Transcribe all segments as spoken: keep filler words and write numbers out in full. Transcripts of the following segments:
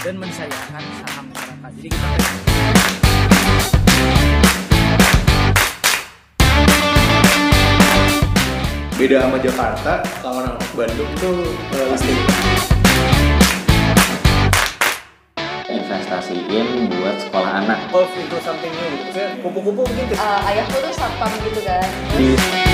dan mensayangkan saham masyarakat. Jadi kita beda sama Jakarta, kalau orang Bandung tuh uh, pasti investasiin buat sekolah anak. Golf itu something new gitu. Saya kupu-kupu mungkin uh, ayahku tuh satpam gitu kan. di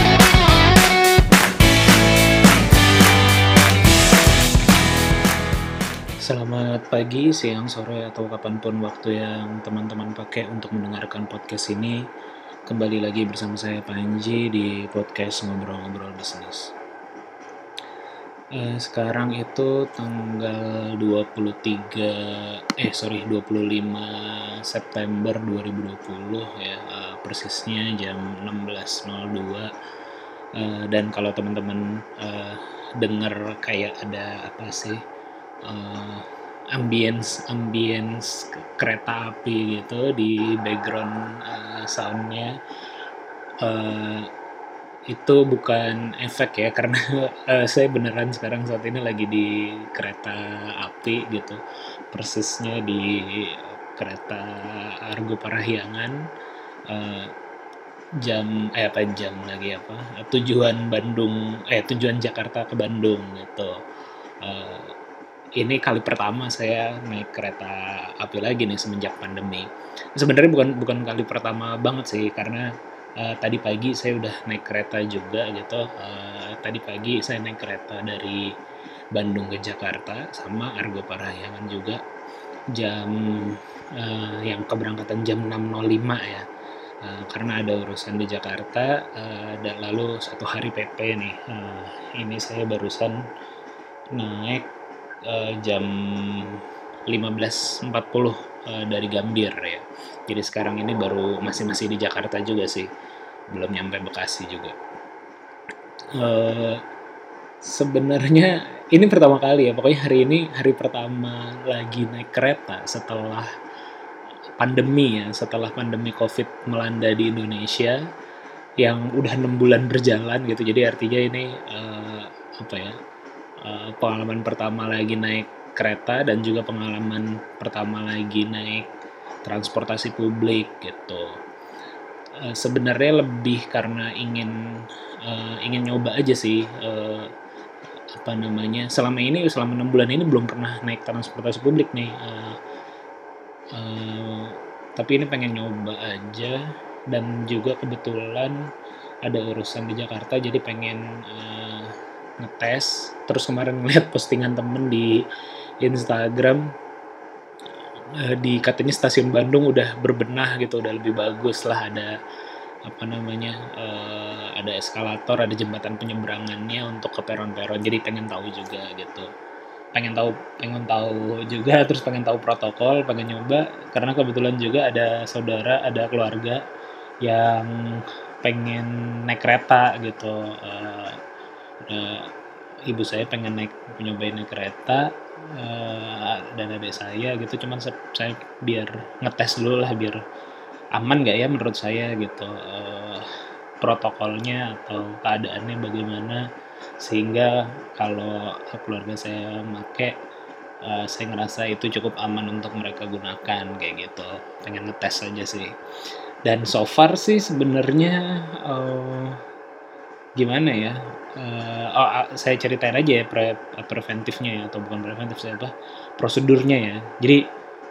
Selamat pagi, siang, sore, atau kapanpun waktu yang teman-teman pakai untuk mendengarkan podcast ini. Kembali lagi bersama saya Panji di podcast Ngobrol-Ngobrol Bisnis. Eh, sekarang itu tanggal dua puluh tiga eh sorry dua puluh lima September dua ribu dua puluh ya, eh, persisnya jam enam belas nol dua. Eh, dan kalau teman-teman eh, dengar kayak ada apa sih uh, ambience ambience kereta api gitu di background uh, soundnya, uh, itu bukan efek ya, karena uh, saya beneran sekarang saat ini lagi di kereta api gitu, persisnya di kereta Argo Parahyangan, uh, jam eh apa jam lagi apa tujuan Bandung eh tujuan Jakarta ke Bandung gitu. Uh, ini kali pertama saya naik kereta api lagi nih semenjak pandemi. Sebenarnya bukan bukan kali pertama banget sih, karena uh, tadi pagi saya udah naik kereta juga gitu. Uh, tadi pagi saya naik kereta dari Bandung ke Jakarta sama Argo Parahyangan juga, jam uh, yang keberangkatan jam enam nol lima ya. Uh, karena ada urusan di Jakarta, uh, dan lalu satu hari P P nih. Uh, ini saya barusan naik Uh, jam lima belas empat puluh uh, dari Gambir ya. Jadi sekarang ini baru masih-masih di Jakarta juga sih, belum nyampe Bekasi juga. Uh, sebenarnya ini pertama kali ya, pokoknya hari ini hari pertama lagi naik kereta setelah pandemi ya, setelah pandemi COVID melanda di Indonesia yang udah enam bulan berjalan gitu. Jadi artinya ini uh, apa ya? Uh, pengalaman pertama lagi naik kereta dan juga pengalaman pertama lagi naik transportasi publik gitu. Uh, sebenarnya lebih karena ingin uh, ingin nyoba aja sih, uh, apa namanya, selama ini selama enam bulan ini belum pernah naik transportasi publik nih, uh, uh, tapi ini pengen nyoba aja, dan juga kebetulan ada urusan di Jakarta jadi pengen uh, ngetes. Terus kemarin ngeliat postingan temen di Instagram, uh, di katanya stasiun Bandung udah berbenah gitu, udah lebih bagus lah, ada apa namanya, uh, ada eskalator, ada jembatan penyeberangannya untuk ke peron-peron. Jadi pengen tahu juga gitu, pengen tahu pengen tahu juga, terus pengen tahu protokol, pengen nyoba karena kebetulan juga ada saudara, ada keluarga yang pengen naik kereta gitu. Uh, Uh, ibu saya pengen naik nyobain naik kereta, uh, dan adik saya gitu, cuman saya biar ngetes dulu lah biar aman nggak ya menurut saya gitu, uh, protokolnya atau keadaannya bagaimana, sehingga kalau keluarga saya make, uh, saya ngerasa itu cukup aman untuk mereka gunakan kayak gitu. Pengen ngetes aja sih, dan so far sih sebenarnya uh, gimana ya, uh, oh, uh, saya ceritain aja ya pre, preventifnya ya, atau bukan preventif sih, apa prosedurnya ya. Jadi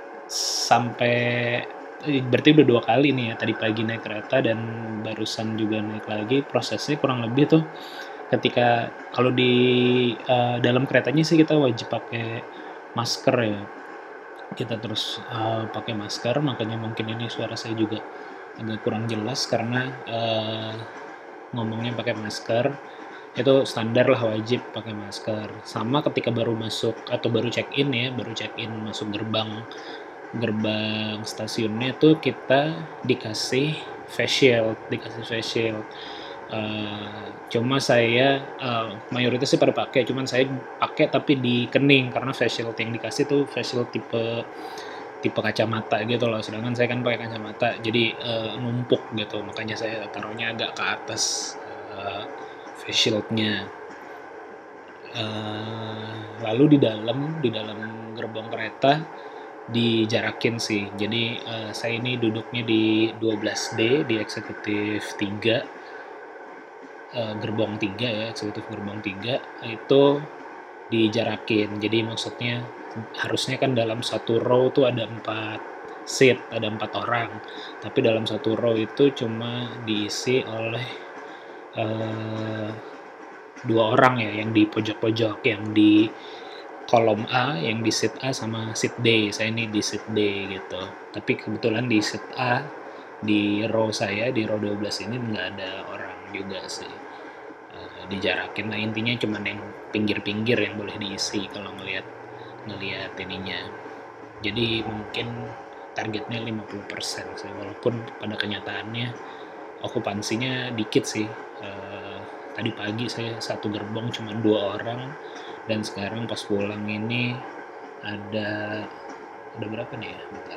sampai berarti udah dua kali nih ya, tadi pagi naik kereta dan barusan juga naik lagi. Prosesnya kurang lebih tuh, ketika kalau di uh, dalam keretanya sih kita wajib pakai masker ya, kita terus uh, pakai masker. Makanya mungkin ini suara saya juga agak kurang jelas karena uh, ngomongnya pakai masker. Itu standar lah, wajib pakai masker. Sama ketika baru masuk atau baru check in ya, baru check in masuk gerbang gerbang stasiunnya tuh kita dikasih face shield, dikasih face shield. Uh, cuma saya uh, mayoritas sih pada pakai, cuman saya pakai tapi di kening karena face shield yang dikasih tuh face shield tipe tipe kacamata gitu loh, sedangkan saya kan pakai kacamata, jadi uh, numpuk gitu, makanya saya taruhnya agak ke atas uh, face shieldnya. Uh, lalu di dalam di dalam gerbong kereta dijarakin sih. Jadi eh, saya ini duduknya di dua belas D di eksekutif tiga, eh, gerbong tiga ya, eksekutif gerbong tiga itu dijarakin. Jadi maksudnya harusnya kan dalam satu row tuh ada empat seat, ada empat orang. Tapi dalam satu row itu cuma diisi oleh eh, dua orang ya, yang di pojok-pojok, yang di kolom A, yang di seat A sama seat D. Saya ini di seat D gitu. Tapi kebetulan di seat A, di row saya, di row dua belas ini nggak ada orang juga sih. Eh, dijarakin lah, intinya cuman yang pinggir-pinggir yang boleh diisi kalau ngelihat ngelihat ininya. Jadi mungkin targetnya lima puluh persen sih, walaupun pada kenyataannya okupansinya dikit sih. Eh, tadi pagi saya satu gerbong cuma dua orang, dan sekarang pas pulang ini ada ada berapa nih ya? Bentar.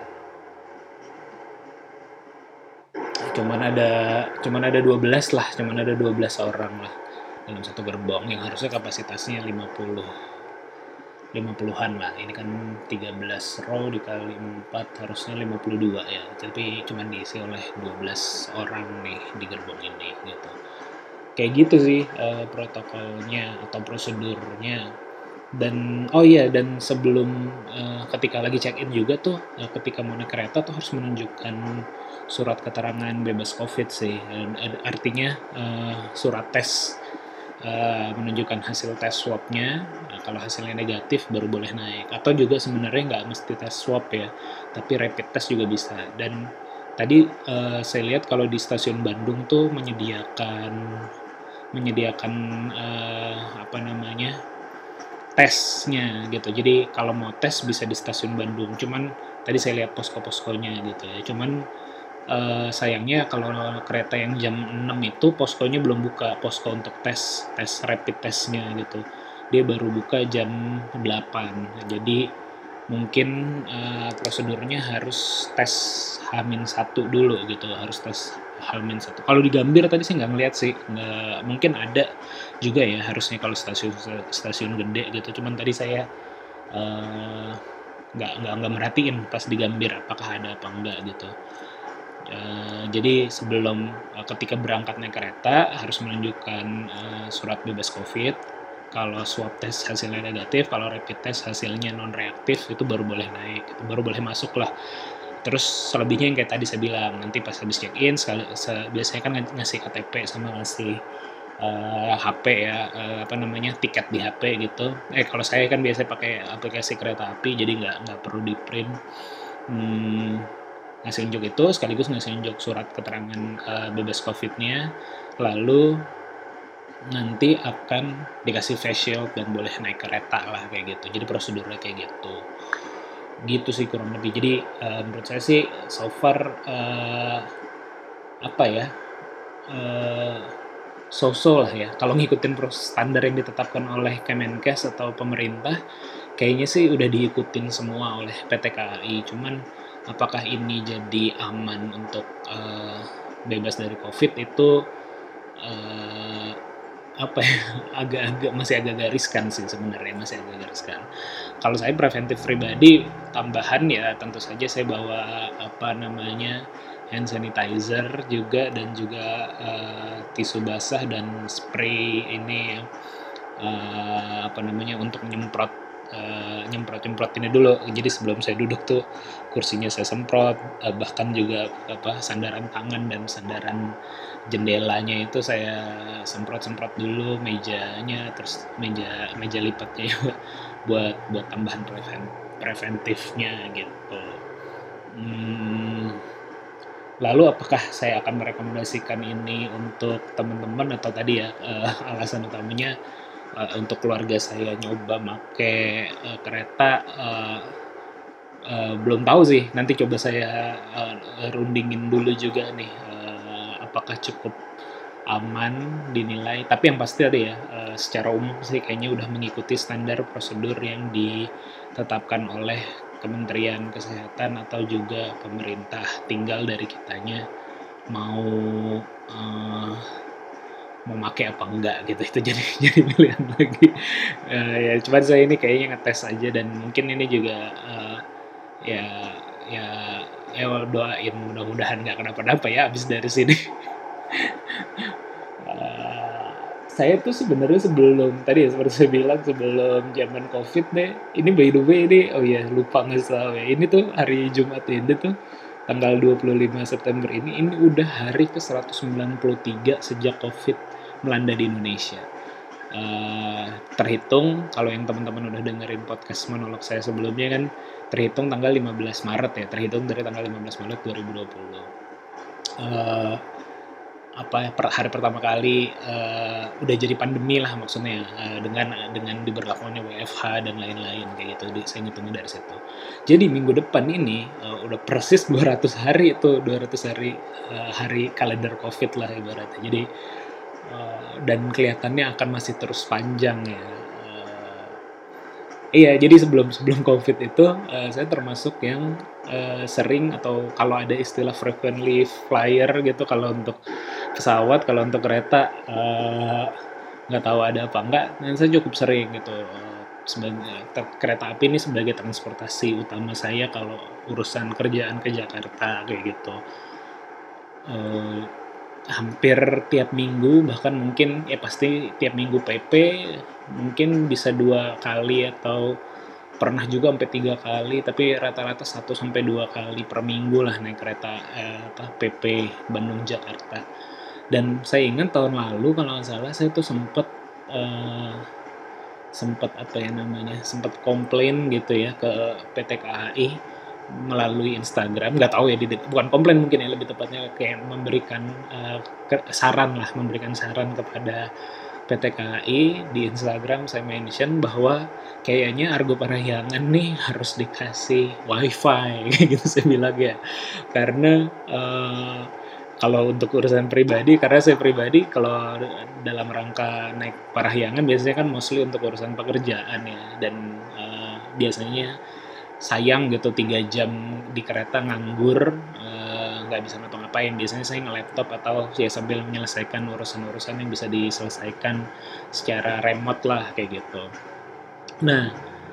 Cuman ada cuman ada dua belas lah, cuman ada dua belas orang lah dalam satu gerbong yang harusnya kapasitasnya lima puluh lima puluhan lah. Ini kan tiga belas row dikali empat harusnya lima puluh dua ya. Tapi cuman diisi oleh dua belas orang nih di gerbong ini gitu. Kayak gitu sih eh, protokolnya atau prosedurnya. Dan oh iya, dan sebelum eh, ketika lagi check in juga tuh, eh, ketika mau naik kereta tuh harus menunjukkan surat keterangan bebas COVID sih. Dan, eh, artinya eh, surat tes, eh, menunjukkan hasil tes swabnya. Nah, kalau hasilnya negatif baru boleh naik. Atau juga sebenarnya nggak mesti tes swab ya, tapi rapid test juga bisa. Dan tadi eh, saya lihat kalau di stasiun Bandung tuh menyediakan menyediakan eh, apa namanya tesnya gitu. Jadi kalau mau tes bisa di stasiun Bandung. Cuman tadi saya lihat posko-poskonya gitu ya. Cuman eh, sayangnya kalau kereta yang jam enam itu poskonya belum buka, posko untuk tes tes rapid testnya gitu. Dia baru buka jam delapan. Jadi mungkin eh, prosedurnya harus tes H satu dulu gitu, harus tes H satu. Kalau di Gambir tadi saya nggak ngeliat sih, nggak, mungkin ada juga ya harusnya kalau stasiun stasiun gede gitu. Cuman tadi saya eh, nggak nggak nggak merhatiin pas di Gambir apakah ada apa enggak gitu. Eh, jadi sebelum eh, ketika berangkat naik kereta harus menunjukkan eh, surat bebas COVID. Kalau swab test hasilnya negatif, kalau rapid test hasilnya non reaktif, itu baru boleh naik, itu baru boleh masuk lah. Terus selebihnya yang kayak tadi saya bilang, nanti pas habis check in sekali, se- biasanya kan ngasih K T P sama ngasih eh, H P ya, eh, apa namanya, tiket di H P gitu. Eh kalau saya kan biasa pakai aplikasi kereta api, jadi nggak nggak perlu di print. Hmm, ngasih unjuk itu sekaligus ngasih unjuk surat keterangan eh, bebas COVID-nya, lalu nanti akan dikasih face shield dan boleh naik kereta lah kayak gitu. Jadi prosedurnya kayak gitu. Gitu sih kurang lebih. Jadi eh, menurut saya sih so far eh, apa ya? eh, so-so lah ya. Kalau ngikutin standar yang ditetapkan oleh Kemenkes atau pemerintah, kayaknya sih udah diikutin semua oleh P T K A I. Cuman apakah ini jadi aman untuk eh, bebas dari COVID itu eh, apa ya, agak-agak masih agak riskan sih sebenarnya, masih agak riskan. Kalau saya preventif pribadi tambahan ya tentu saja saya bawa apa namanya hand sanitizer juga, dan juga uh, tisu basah dan spray ini ya, uh, apa namanya untuk nyemprot uh, nyemprot-nyemprot ini dulu. Jadi sebelum saya duduk tuh kursinya saya semprot, uh, bahkan juga apa sandaran tangan dan sandaran jendelanya itu saya semprot-semprot dulu, mejanya, terus meja meja lipatnya juga buat buat tambahan preven, preventifnya gitu. Hmm, lalu apakah saya akan merekomendasikan ini untuk teman-teman atau tadi ya uh, alasan utamanya uh, untuk keluarga saya nyoba make uh, kereta, uh, uh, belum tahu sih. Nanti coba saya uh, rundingin dulu juga nih, uh, apakah cukup aman dinilai. Tapi yang pasti ada ya, uh, secara umum sih kayaknya udah mengikuti standar prosedur yang ditetapkan oleh Kementerian Kesehatan atau juga pemerintah. Tinggal dari kitanya mau uh, mau pakai apa enggak gitu. Itu jadi jadi pilihan lagi. Uh, ya cuman saya ini kayaknya ngetes aja, dan mungkin ini juga uh, ya ya ya doain mudah-mudahan nggak kenapa-napa ya abis dari sini. Eh, saya tuh sebenarnya sebelum tadi ya seperti saya bilang sebelum zaman covid deh, ini by the way ini oh ya lupa nggak tahu ya, ini tuh hari Jumat ini tuh tanggal dua puluh lima September ini ini udah hari ke seratus sembilan puluh tiga sejak covid melanda di Indonesia. Eh, terhitung kalau yang teman-teman udah dengerin podcast monolog saya sebelumnya kan terhitung tanggal lima belas Maret ya, terhitung dari tanggal lima belas Maret dua ribu dua puluh. Eh, apa ya per, hari pertama kali eh, udah jadi pandemi lah maksudnya eh, dengan dengan diberlakukannya W F H dan lain-lain kayak gitu. Di, saya ngitungnya dari situ. Jadi minggu depan ini eh, udah persis dua ratus hari itu dua ratus hari eh, hari kalender Covid lah ibaratnya. Jadi eh, dan kelihatannya akan masih terus panjang ya. Eh, Iya, jadi sebelum sebelum COVID itu eh, saya termasuk yang eh, sering atau kalau ada istilah frequently flyer gitu kalau untuk pesawat, kalau untuk kereta eh, nggak tahu ada apa enggak. Dan saya cukup sering gitu eh, sebagai ter- kereta api ini sebagai transportasi utama saya kalau urusan kerjaan ke Jakarta kayak gitu. Eh, Hampir tiap minggu bahkan mungkin ya pasti tiap minggu P P mungkin bisa dua kali atau pernah juga sampai tiga kali tapi rata-rata satu sampai dua kali per minggu lah naik kereta eh, apa P P Bandung Jakarta. Dan saya ingat tahun lalu kalau nggak salah saya tuh sempet eh, sempet apa ya namanya sempet komplain gitu ya ke P T K A I melalui Instagram, nggak tahu ya di, bukan komplain mungkin ya lebih tepatnya kayak memberikan eh, ke- saran lah memberikan saran kepada P T K A I di Instagram. Saya mention bahwa kayaknya Argo Parahyangan nih harus dikasih wifi kayak gitu saya bilang ya karena eh, kalau untuk urusan pribadi karena saya pribadi kalau dalam rangka naik Parahyangan biasanya kan mostly untuk urusan pekerjaan ya dan eh, biasanya sayang gitu tiga jam di kereta nganggur eh, nggak bisa ngapa-ngapain. Biasanya saya nge-laptop atau ya sambil menyelesaikan urusan-urusan yang bisa diselesaikan secara remote lah kayak gitu. Nah,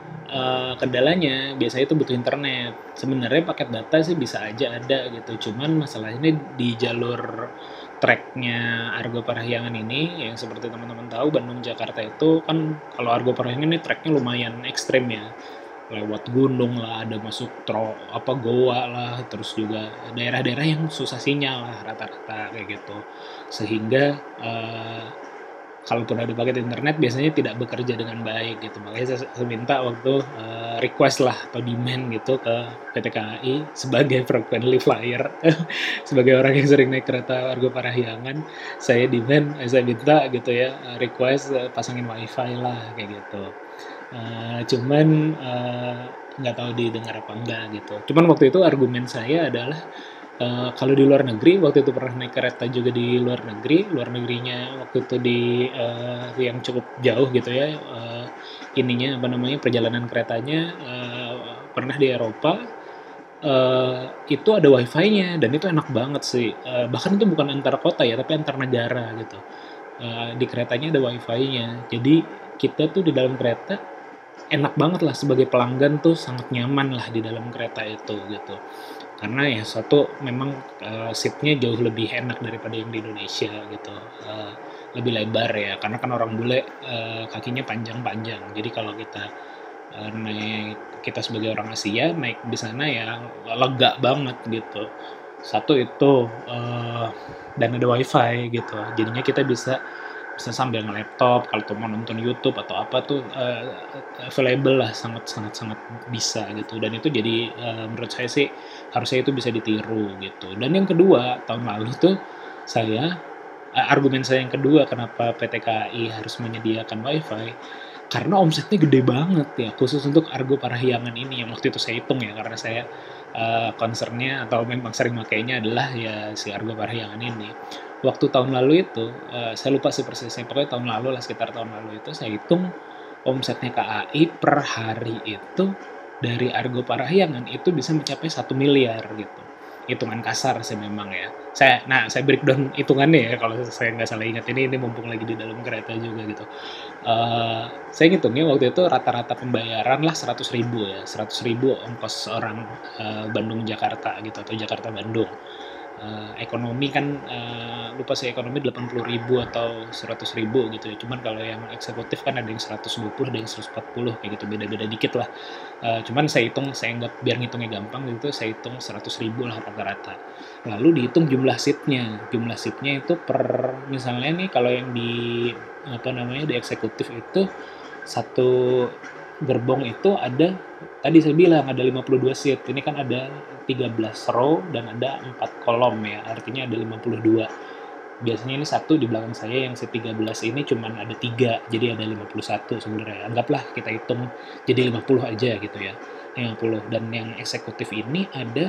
eh, kendalanya biasanya itu butuh internet. Sebenarnya paket data sih bisa aja ada gitu. Cuman masalahnya di jalur tracknya Argo Parahyangan ini yang seperti teman-teman tahu Bandung Jakarta itu kan kalau Argo Parahyangan ini tracknya lumayan ekstrim ya lewat gunung lah, ada masuk tro apa goa lah, terus juga daerah-daerah yang susah sinyal lah rata-rata kayak gitu. Sehingga eh, kalaupun ada paket internet biasanya tidak bekerja dengan baik gitu. Makanya saya, saya minta waktu eh, request lah atau demand gitu ke P T K A I sebagai frequently flyer, sebagai orang yang sering naik kereta Argo Parahyangan, saya demand, eh, saya minta gitu ya eh, request eh, pasangin wifi lah kayak gitu. Eh, cuman eh, nggak tahu didengar apa enggak gitu. Cuman waktu itu argumen saya adalah eh, kalau di luar negeri, waktu itu pernah naik kereta juga di luar negeri, luar negerinya waktu itu di eh, yang cukup jauh gitu ya, eh, ininya apa namanya perjalanan keretanya eh, pernah di Eropa, eh, itu ada wifi-nya dan itu enak banget sih. Eh, bahkan itu bukan antar kota ya, tapi antar negara gitu. Eh, di keretanya ada wifi-nya, jadi kita tuh di dalam kereta enak banget lah sebagai pelanggan tuh sangat nyaman lah di dalam kereta itu gitu karena ya satu memang eh, seatnya jauh lebih enak daripada yang di Indonesia gitu. Eh, lebih lebar ya karena kan orang bule eh, kakinya panjang-panjang jadi kalau kita eh, naik kita sebagai orang Asia naik di sana ya lega banget gitu satu itu eh, dan ada wifi gitu jadinya kita bisa bisa sambil nge-laptop kalau tuh mau nonton YouTube atau apa tuh eh, available lah sangat sangat sangat bisa gitu dan itu jadi eh, menurut saya sih harusnya itu bisa ditiru gitu. Dan yang kedua tahun lalu tuh saya eh, argumen saya yang kedua kenapa P T K A I harus menyediakan wifi karena omsetnya gede banget ya khusus untuk Argo Parahyangan ini yang waktu itu saya hitung ya karena saya eh, concernnya atau memang sering makainya adalah ya si Argo Parahyangan ini. Waktu tahun lalu itu, eh, saya lupa sih persisnya, pokoknya tahun lalu lah, sekitar tahun lalu itu, saya hitung omsetnya K A I per hari itu, dari Argo Parahyangan itu bisa mencapai satu miliar gitu. hitungan kasar sih memang ya. Saya, nah saya breakdown hitungannya ya kalau saya nggak salah ingat ini ini mumpung lagi di dalam kereta juga gitu. Eh, saya ngitungnya waktu itu rata-rata pembayaran lah seratus ribu ya, seratus ribu ongkos orang eh, Bandung Jakarta gitu atau Jakarta Bandung. Eh, ekonomi kan eh, lupa sih ekonomi delapan puluh ribu atau seratus ribu gitu ya. Cuman kalau yang eksekutif kan ada yang seratus dua puluh, ada yang seratus empat puluh kayak gitu, beda-beda dikit lah. Eh, cuman saya hitung, saya anggap biar ngitungnya gampang gitu, saya hitung seratus ribu lah rata-rata. Lalu dihitung jumlah seatnya. Jumlah seatnya itu per misalnya nih kalau yang di apa namanya di eksekutif itu satu gerbong itu ada, tadi saya bilang ada lima puluh dua seat. Ini kan ada tiga belas row dan ada empat kolom ya, artinya ada lima puluh dua. Biasanya ini satu di belakang saya yang seat tiga belas ini cuman ada tiga, jadi ada lima puluh satu sebenarnya. Anggaplah kita hitung jadi lima puluh aja gitu ya. lima puluh. Dan yang eksekutif ini ada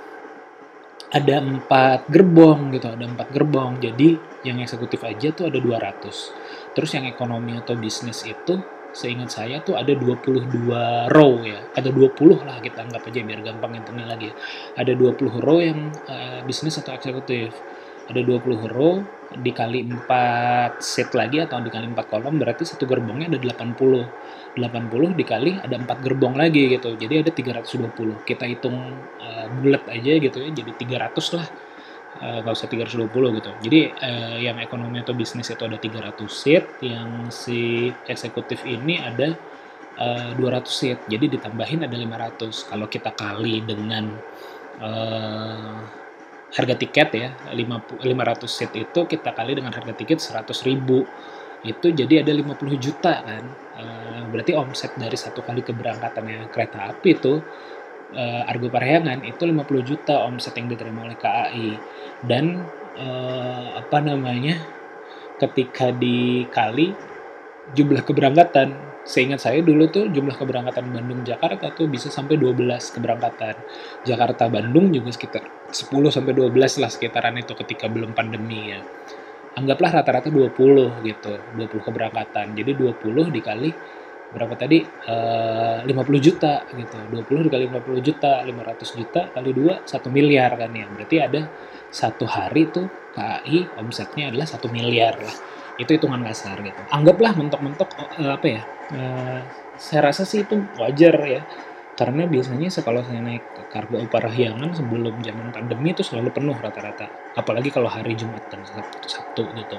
ada empat gerbong gitu, ada empat gerbong. Jadi yang eksekutif aja tuh ada dua ratus. Terus yang ekonomi atau bisnis itu seingat saya tuh ada dua puluh dua row ya. Ada dua puluh lah kita anggap aja biar gampang hitungnya lagi ya. Ada dua puluh row yang uh, bisnis atau eksekutif. Ada dua puluh row dikali empat seat lagi atau dikali empat kolom berarti satu gerbongnya ada delapan puluh. delapan puluh dikali ada empat gerbong lagi gitu. Jadi ada tiga ratus dua puluh. Kita hitung uh, bulat aja gitu ya. Jadi tiga ratus lah. Uh, gak usah tiga ratus dua puluh gitu. Jadi uh, yang ekonomi atau bisnis itu ada tiga ratus seat, yang si eksekutif ini ada uh, dua ratus seat. Jadi ditambahin ada lima ratus. Kalau kita kali dengan uh, harga tiket ya, lima ratus seat itu kita kali dengan harga tiket seratus ribu. Itu jadi ada lima puluh juta kan. Uh, berarti omset dari satu kali keberangkatannya kereta api itu uh, Argo Parahyangan itu lima puluh juta omset yang diterima oleh K A I. Dan uh, apa namanya ketika dikali jumlah keberangkatan, seingat saya dulu tuh jumlah keberangkatan Bandung Jakarta tuh bisa sampai dua belas keberangkatan. Jakarta Bandung juga sekitar sepuluh sampai dua belas lah sekitaran itu ketika belum pandemi ya. Anggaplah rata-rata dua puluh gitu, dua puluh keberangkatan. Jadi dua puluh dikali berapa tadi? Uh, lima puluh juta gitu. dua puluh dikali lima puluh juta, lima ratus juta kali dua, satu miliar kan ya. Berarti ada satu hari tuh K A I omsetnya adalah satu miliar lah. Itu hitungan kasar gitu. Anggaplah mentok-mentok uh, apa ya? Uh, saya rasa sih itu wajar ya. Karena biasanya kalau saya naik ke Argo Parahyangan sebelum zaman pandemi itu selalu penuh rata-rata. Apalagi kalau hari Jumat dan Sabtu, Sabtu gitu.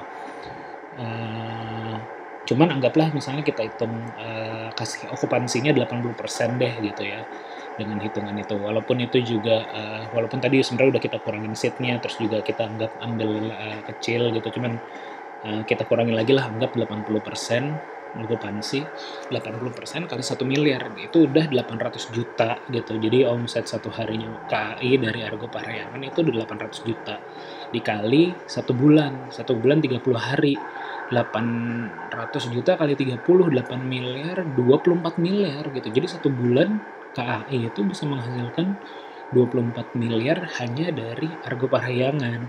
Uh, cuman anggaplah misalnya kita hitung uh, kasih okupansinya delapan puluh persen deh gitu ya. Dengan hitungan itu. Walaupun itu juga, uh, walaupun tadi sebenarnya udah kita kurangin seatnya, terus juga kita anggap ambil uh, kecil gitu. Cuman uh, kita kurangin lagi lah, anggap delapan puluh persen okupansi, delapan puluh persen kali satu miliar itu udah delapan ratus juta gitu. Jadi omset satu harinya K A I dari Argo Parahyangan itu udah delapan ratus juta dikali satu bulan, satu bulan tiga puluh hari, delapan ratus juta kali tiga puluh, delapan miliar, dua puluh empat miliar gitu. Jadi satu bulan K A I itu bisa menghasilkan dua puluh empat miliar hanya dari Argo Parahyangan.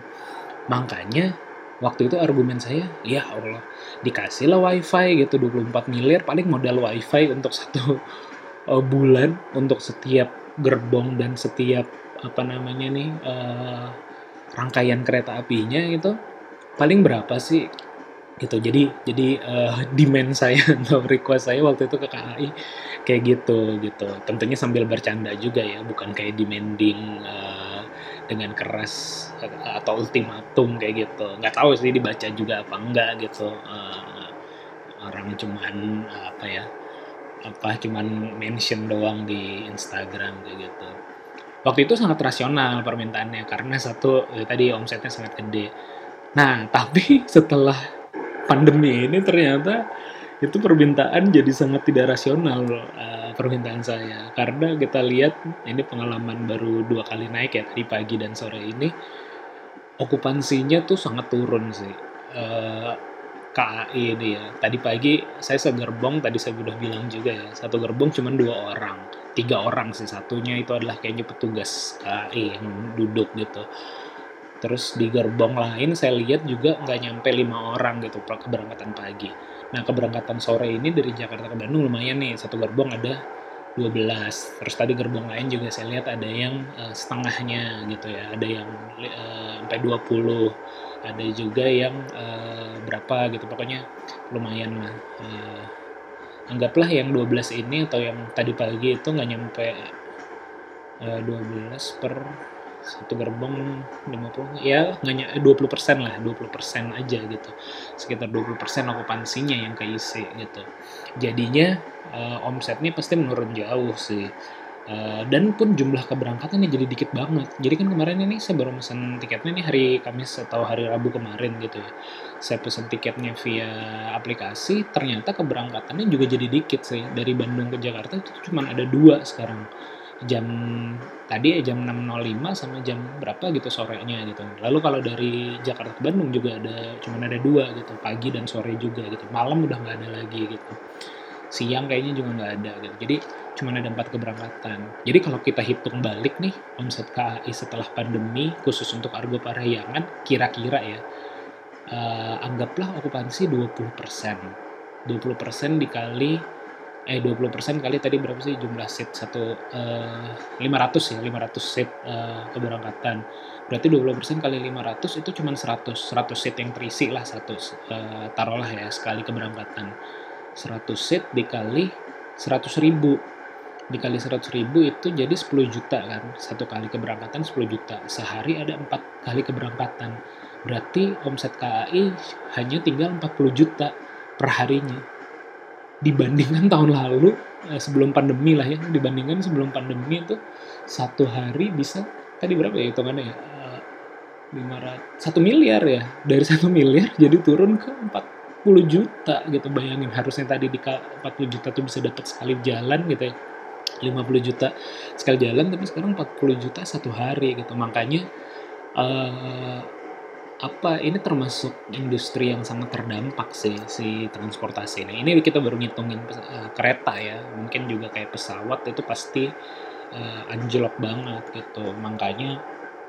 Makanya waktu itu argumen saya, ya Allah, dikasihlah wifi gitu dua puluh empat miliar, paling modal wifi untuk satu uh, bulan, untuk setiap gerbong dan setiap apa namanya nih uh, rangkaian kereta apinya itu paling berapa sih gitu. Jadi jadi uh, demand saya atau request saya waktu itu ke K A I kayak gitu gitu. Tentunya sambil bercanda juga ya, bukan kayak demanding uh, dengan keras atau ultimatum kayak gitu. Nggak tahu sih dibaca juga apa enggak gitu. Uh, orang cuman apa ya apa cuman mention doang di Instagram kayak gitu. Waktu itu sangat rasional permintaannya karena satu ya, tadi omsetnya sangat gede. Nah tapi setelah pandemi ini ternyata itu permintaan jadi sangat tidak rasional uh, permintaan saya, karena kita lihat ini pengalaman baru dua kali naik ya, tadi pagi dan sore ini okupansinya tuh sangat turun sih. uh, K A I ini ya, tadi pagi saya segerbong, tadi saya udah bilang juga ya, satu gerbong cuma dua orang, tiga orang sih, satunya itu adalah kayaknya petugas K A I yang duduk gitu. Terus di gerbong lain saya lihat juga nggak nyampe lima orang gitu keberangkatan pagi. Nah keberangkatan sore ini dari Jakarta ke Bandung lumayan nih, satu gerbong ada dua belas. Terus tadi gerbong lain juga saya lihat ada yang uh, setengahnya gitu ya, ada yang uh, sampai dua puluh, ada juga yang uh, berapa gitu, pokoknya lumayan lah. Uh, anggaplah yang dua belas ini atau yang tadi pagi itu nggak nyampe uh, dua belas per satu gerbong lima puluh, ya nggak dua puluh persen lah, dua puluh persen aja gitu, sekitar dua puluh persen okupansinya yang keisi gitu. Jadinya uh, omsetnya pasti menurun jauh sih. Uh, dan pun jumlah keberangkatannya jadi dikit banget. Jadi kan kemarin ini saya baru pesan tiketnya nih hari Kamis atau hari Rabu kemarin gitu ya. Saya pesan tiketnya via aplikasi, ternyata keberangkatannya juga jadi dikit sih. Dari Bandung ke Jakarta itu cuma ada dua sekarang. Jam tadi ya jam enam nol lima sama jam berapa gitu sorenya gitu. Lalu kalau dari Jakarta ke Bandung juga ada, cuma ada dua gitu, pagi dan sore juga gitu. Malam udah nggak ada lagi gitu. Siang kayaknya juga nggak ada gitu. Jadi cuma ada empat keberangkatan. Jadi kalau kita hitung balik nih omset K A I setelah pandemi khusus untuk Argo Parahyangan, kira-kira ya uh, anggaplah okupansi dua puluh persen. dua puluh persen dikali eh dua puluh persen kali tadi berapa sih jumlah seat satu uh, lima ratus ya, lima ratus seat uh, keberangkatan. Berarti dua puluh persen kali lima ratus itu cuma seratus seat yang terisi lah satu uh, taruhlah ya sekali keberangkatan. seratus seat dikali seratus ribu. Dikali seratus ribu itu jadi sepuluh juta kan. Satu kali keberangkatan sepuluh juta. Sehari ada empat kali keberangkatan. Berarti omset K A I hanya tinggal empat puluh juta per harinya. Dibandingkan tahun lalu, sebelum pandemi lah ya, dibandingkan sebelum pandemi itu satu hari bisa, tadi berapa ya hitungannya ya? lima ratus, satu miliar ya. Dari satu miliar jadi turun ke empat puluh juta gitu. Bayangin, harusnya tadi di empat puluh juta tuh bisa dapat sekali jalan gitu ya. lima puluh juta sekali jalan, tapi sekarang empat puluh juta satu hari gitu. Makanya uh, apa ini termasuk industri yang sangat terdampak sih si transportasi ini. Ini kita baru ngitungin uh, kereta ya, mungkin juga kayak pesawat itu pasti uh, anjlok banget gitu. Makanya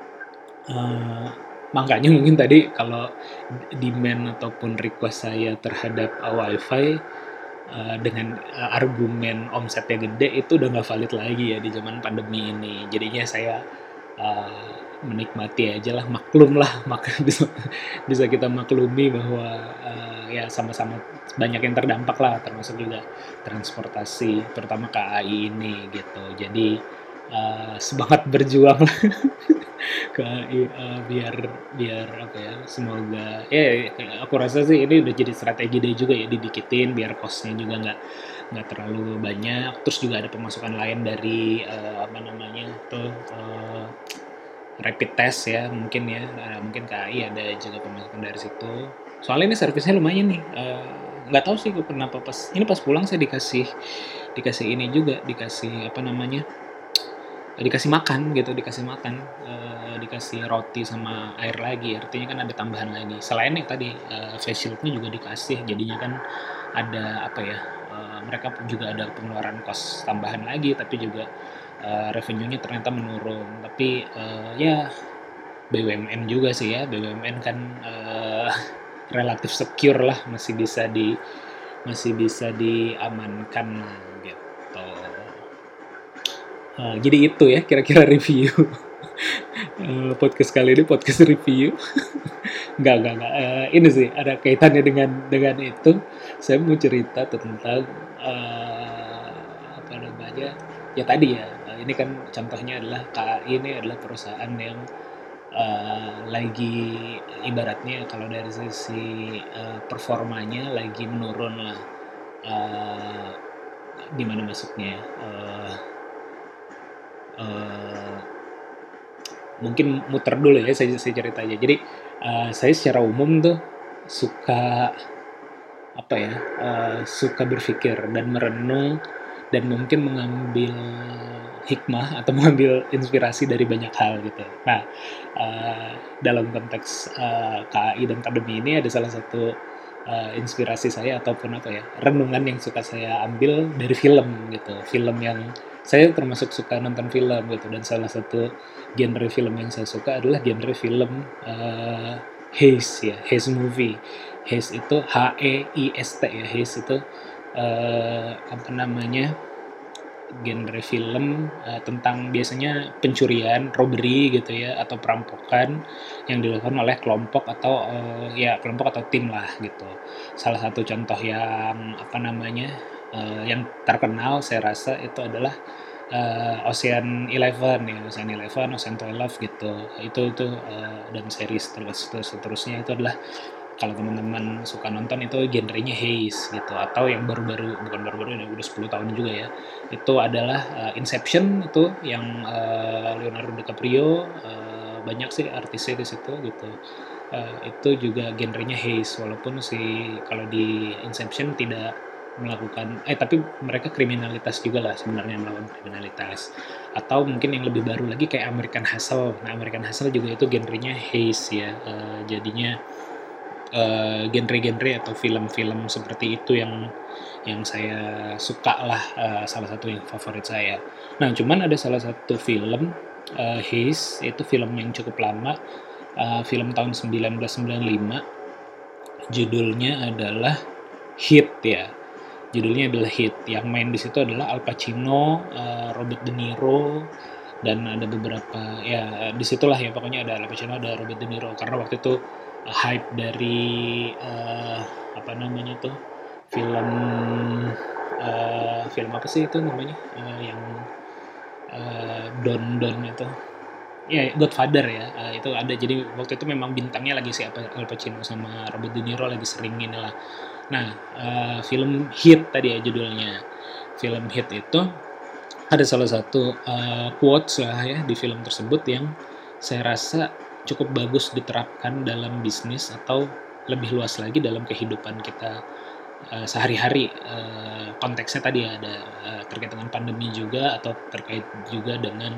uh, makanya mungkin tadi kalau demand ataupun request saya terhadap uh, wifi uh, dengan uh, argumen omsetnya gede itu udah nggak valid lagi ya di zaman pandemi ini. Jadinya saya uh, menikmati aja lah, maklum lah, maka bisa bisa kita maklumi bahwa uh, ya sama-sama banyak yang terdampak lah, termasuk juga transportasi, terutama K A I ini gitu. Jadi uh, semangat berjuang lah K A I uh, biar biar apa ya, semoga ya aku rasa sih ini udah jadi strategi deh juga ya, didikitin biar costnya juga nggak nggak terlalu banyak. Terus juga ada pemasukan lain dari uh, apa namanya tuh uh, rapid test ya mungkin ya, uh, mungkin K A I ada juga pemasukan dari situ. Soalnya ini servisnya lumayan nih, nggak uh, tahu sih kenapa pas ini pas pulang saya dikasih dikasih ini juga, dikasih apa namanya, dikasih makan gitu, dikasih makan, uh, dikasih roti sama air lagi. Artinya kan ada tambahan lagi. Selain yang tadi uh, face shieldnya juga dikasih, jadinya kan ada apa ya, uh, mereka juga ada pengeluaran kos tambahan lagi, tapi juga Uh, revenue-nya ternyata menurun. Tapi uh, ya B U M N juga sih ya, B U M N kan uh, relatif secure lah, masih bisa di masih bisa diamankan gitu. Uh, jadi itu ya kira-kira review uh, podcast kali ini, podcast review. Enggak, enggak, enggak. Uh, ini sih ada kaitannya dengan dengan itu. Saya mau cerita tentang uh, apa namanya, ya tadi ya, ini kan contohnya adalah K A I ini adalah perusahaan yang uh, lagi ibaratnya kalau dari sisi uh, performanya lagi menurun lah. Uh, di mana masuknya? Uh, uh, mungkin muter dulu ya, saya, saya cerita aja. Jadi uh, saya secara umum tuh suka apa ya? Uh, suka berpikir dan merenung dan mungkin mengambil hikmah atau mengambil inspirasi dari banyak hal gitu. Nah, uh, dalam konteks uh, K A I dan pandemi ini ada salah satu uh, inspirasi saya ataupun apa ya, renungan yang suka saya ambil dari film gitu. Film yang saya termasuk suka nonton film gitu, dan salah satu genre film yang saya suka adalah genre film uh, heist ya, heist movie. Heist itu H E I S T ya, heist itu uh, apa namanya, genre film uh, tentang biasanya pencurian, robbery gitu ya, atau perampokan yang dilakukan oleh kelompok atau uh, ya kelompok atau tim lah gitu. Salah satu contoh yang apa namanya uh, yang terkenal saya rasa itu adalah uh, Ocean Eleven ya, Ocean Eleven, Ocean Twelve gitu. Itu itu uh, dan series terus terus seterusnya itu adalah kalau teman-teman suka nonton itu genrenya haze gitu, atau yang baru-baru, bukan baru-baru ya, udah sepuluh tahun juga ya, itu adalah uh, Inception itu yang uh, Leonardo DiCaprio, uh, banyak sih artisnya di situ gitu. Uh, itu juga genrenya haze, walaupun si kalau di Inception tidak melakukan eh tapi mereka kriminalitas juga lah sebenarnya, melakukan kriminalitas. Atau mungkin yang lebih baru lagi kayak American Hustle. Nah, American Hustle juga itu genrenya haze ya. Uh, jadinya uh, genre-genre atau film-film seperti itu yang yang saya suka lah, uh, salah satu yang favorit saya. Nah, cuman ada salah satu film uh, Haze, itu film yang cukup lama, uh, film tahun sembilan belas sembilan puluh lima, judulnya adalah Heat ya. Judulnya adalah Heat. Yang main di situ adalah Al Pacino, uh, Robert De Niro, dan ada beberapa ya disitulah ya pokoknya ada Al Pacino, ada Robert De Niro, karena waktu itu uh, hype dari uh, apa namanya tuh film uh, film apa sih itu namanya uh, yang uh, Don Don itu ya Godfather ya, uh, itu ada. Jadi waktu itu memang bintangnya lagi si Al Pacino sama Robert De Niro lagi sering ini lah. Nah, uh, film Heat tadi ya judulnya. Film Heat itu ada salah satu uh, quotes lah ya di film tersebut yang saya rasa cukup bagus diterapkan dalam bisnis atau lebih luas lagi dalam kehidupan kita uh, sehari-hari. Uh, konteksnya tadi ada uh, terkait dengan pandemi juga, atau terkait juga dengan